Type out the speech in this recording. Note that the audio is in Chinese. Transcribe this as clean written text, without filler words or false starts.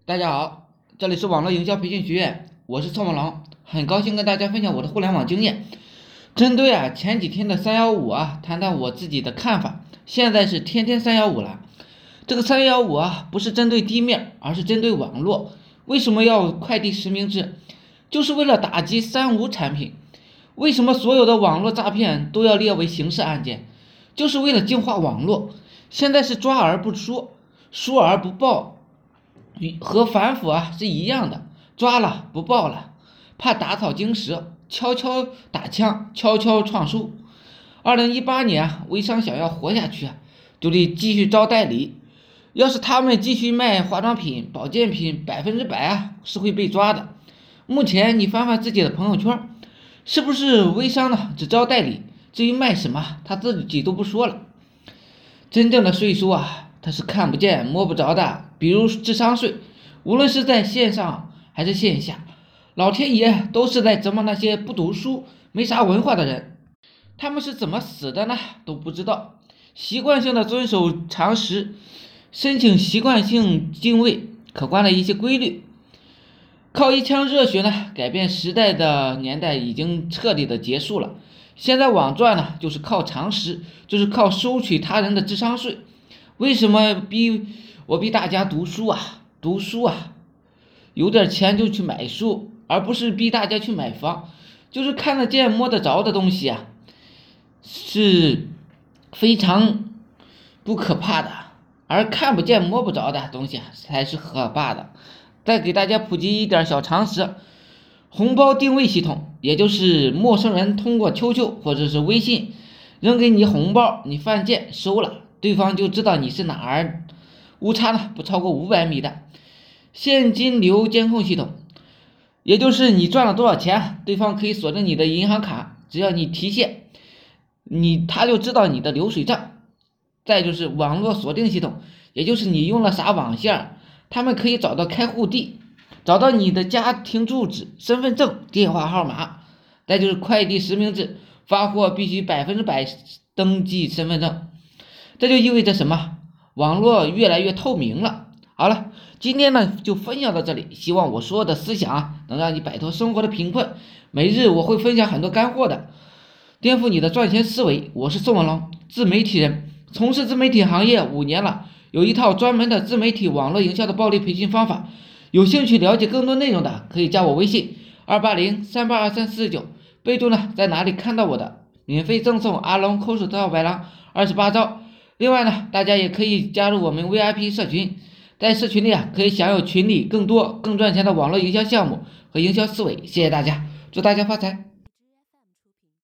大家好，这里是网络营销培训学院，我是宋文龙，很高兴跟大家分享我的互联网经验。针对前几天的315谈谈我自己的看法。现在是天天315了，这个315不是针对地面，而是针对网络。为什么要快递实名制？就是为了打击3无产品。为什么所有的网络诈骗都要列为刑事案件？就是为了净化网络。现在是抓而不说，说而不报。和反腐是一样的，抓了不报了，怕打草惊蛇，悄悄打枪，悄悄创收。2018年微商想要活下去就得继续招代理。要是他们继续卖化妆品、保健品，100%是会被抓的。目前你翻翻自己的朋友圈，是不是微商呢只招代理，至于卖什么他自己都不说了。真正的税收它是看不见摸不着的，比如智商税，无论是在线上还是线下，老天爷都是在折磨那些不读书没啥文化的人。他们是怎么死的呢都不知道，习惯性的遵守常识，申请习惯性敬畏可观的一些规律，靠一腔热血改变时代的年代已经彻底的结束了。现在网赚就是靠常识，就是靠收取他人的智商税。为什么逼大家读书读书有点钱就去买书，而不是逼大家去买房。就是看得见摸得着的东西是非常不可怕的，而看不见摸不着的东西才是可怕的。再给大家普及一点小常识，红包定位系统，也就是陌生人通过 QQ 或者是微信扔给你红包，你犯贱收了，对方就知道你是哪儿，误差不超过500米的。现金流监控系统，也就是你赚了多少钱，对方可以锁定你的银行卡，只要你提现，他就知道你的流水账。再就是网络锁定系统，也就是你用了啥网线，他们可以找到开户地，找到你的家庭住址、身份证、电话号码。再就是快递实名制，发货必须100%登记身份证。这就意味着什么？网络越来越透明了。好了，今天就分享到这里，希望我说的思想能让你摆脱生活的贫困。每日我会分享很多干货的，颠覆你的赚钱思维。我是宋文龙，自媒体人，从事自媒体行业5年了，有一套专门的自媒体网络营销的暴力培训方法。有兴趣了解更多内容的，可以加我微信280382349，备注在哪里看到我的，免费赠送阿龙抠手套白狼28招。另外大家也可以加入我们 VIP 社群，在社群里可以享有群里更多更赚钱的网络营销项目和营销思维。谢谢大家，祝大家发财。